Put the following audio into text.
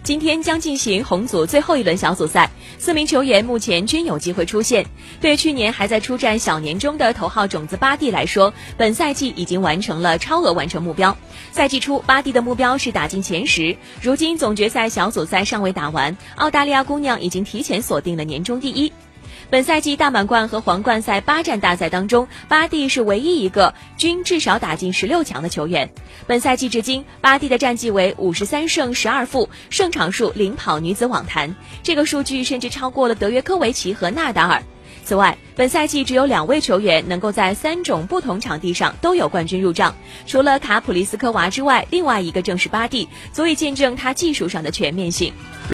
今天将进行红组最后一轮小组赛，4名球员目前均有机会出线。对去年还在出战小年中的头号种子巴蒂来说，本赛季已经完成了超额完成目标。赛季初，巴蒂的目标是打进前10，如今总决赛小组赛尚未打完，澳大利亚姑娘已经提前锁定了年终第一。本赛季大满贯和皇冠赛8站大赛当中，巴蒂是唯一一个均至少打进16强的球员。本赛季至今，巴蒂的战绩为53胜12负，胜场数领跑女子网坛，这个数据甚至超过了德约科维奇和纳达尔。此外，本赛季只有2位球员能够在3种不同场地上都有冠军入账，除了卡普利斯科娃之外，另外一个正是巴蒂，足以见证他技术上的全面性。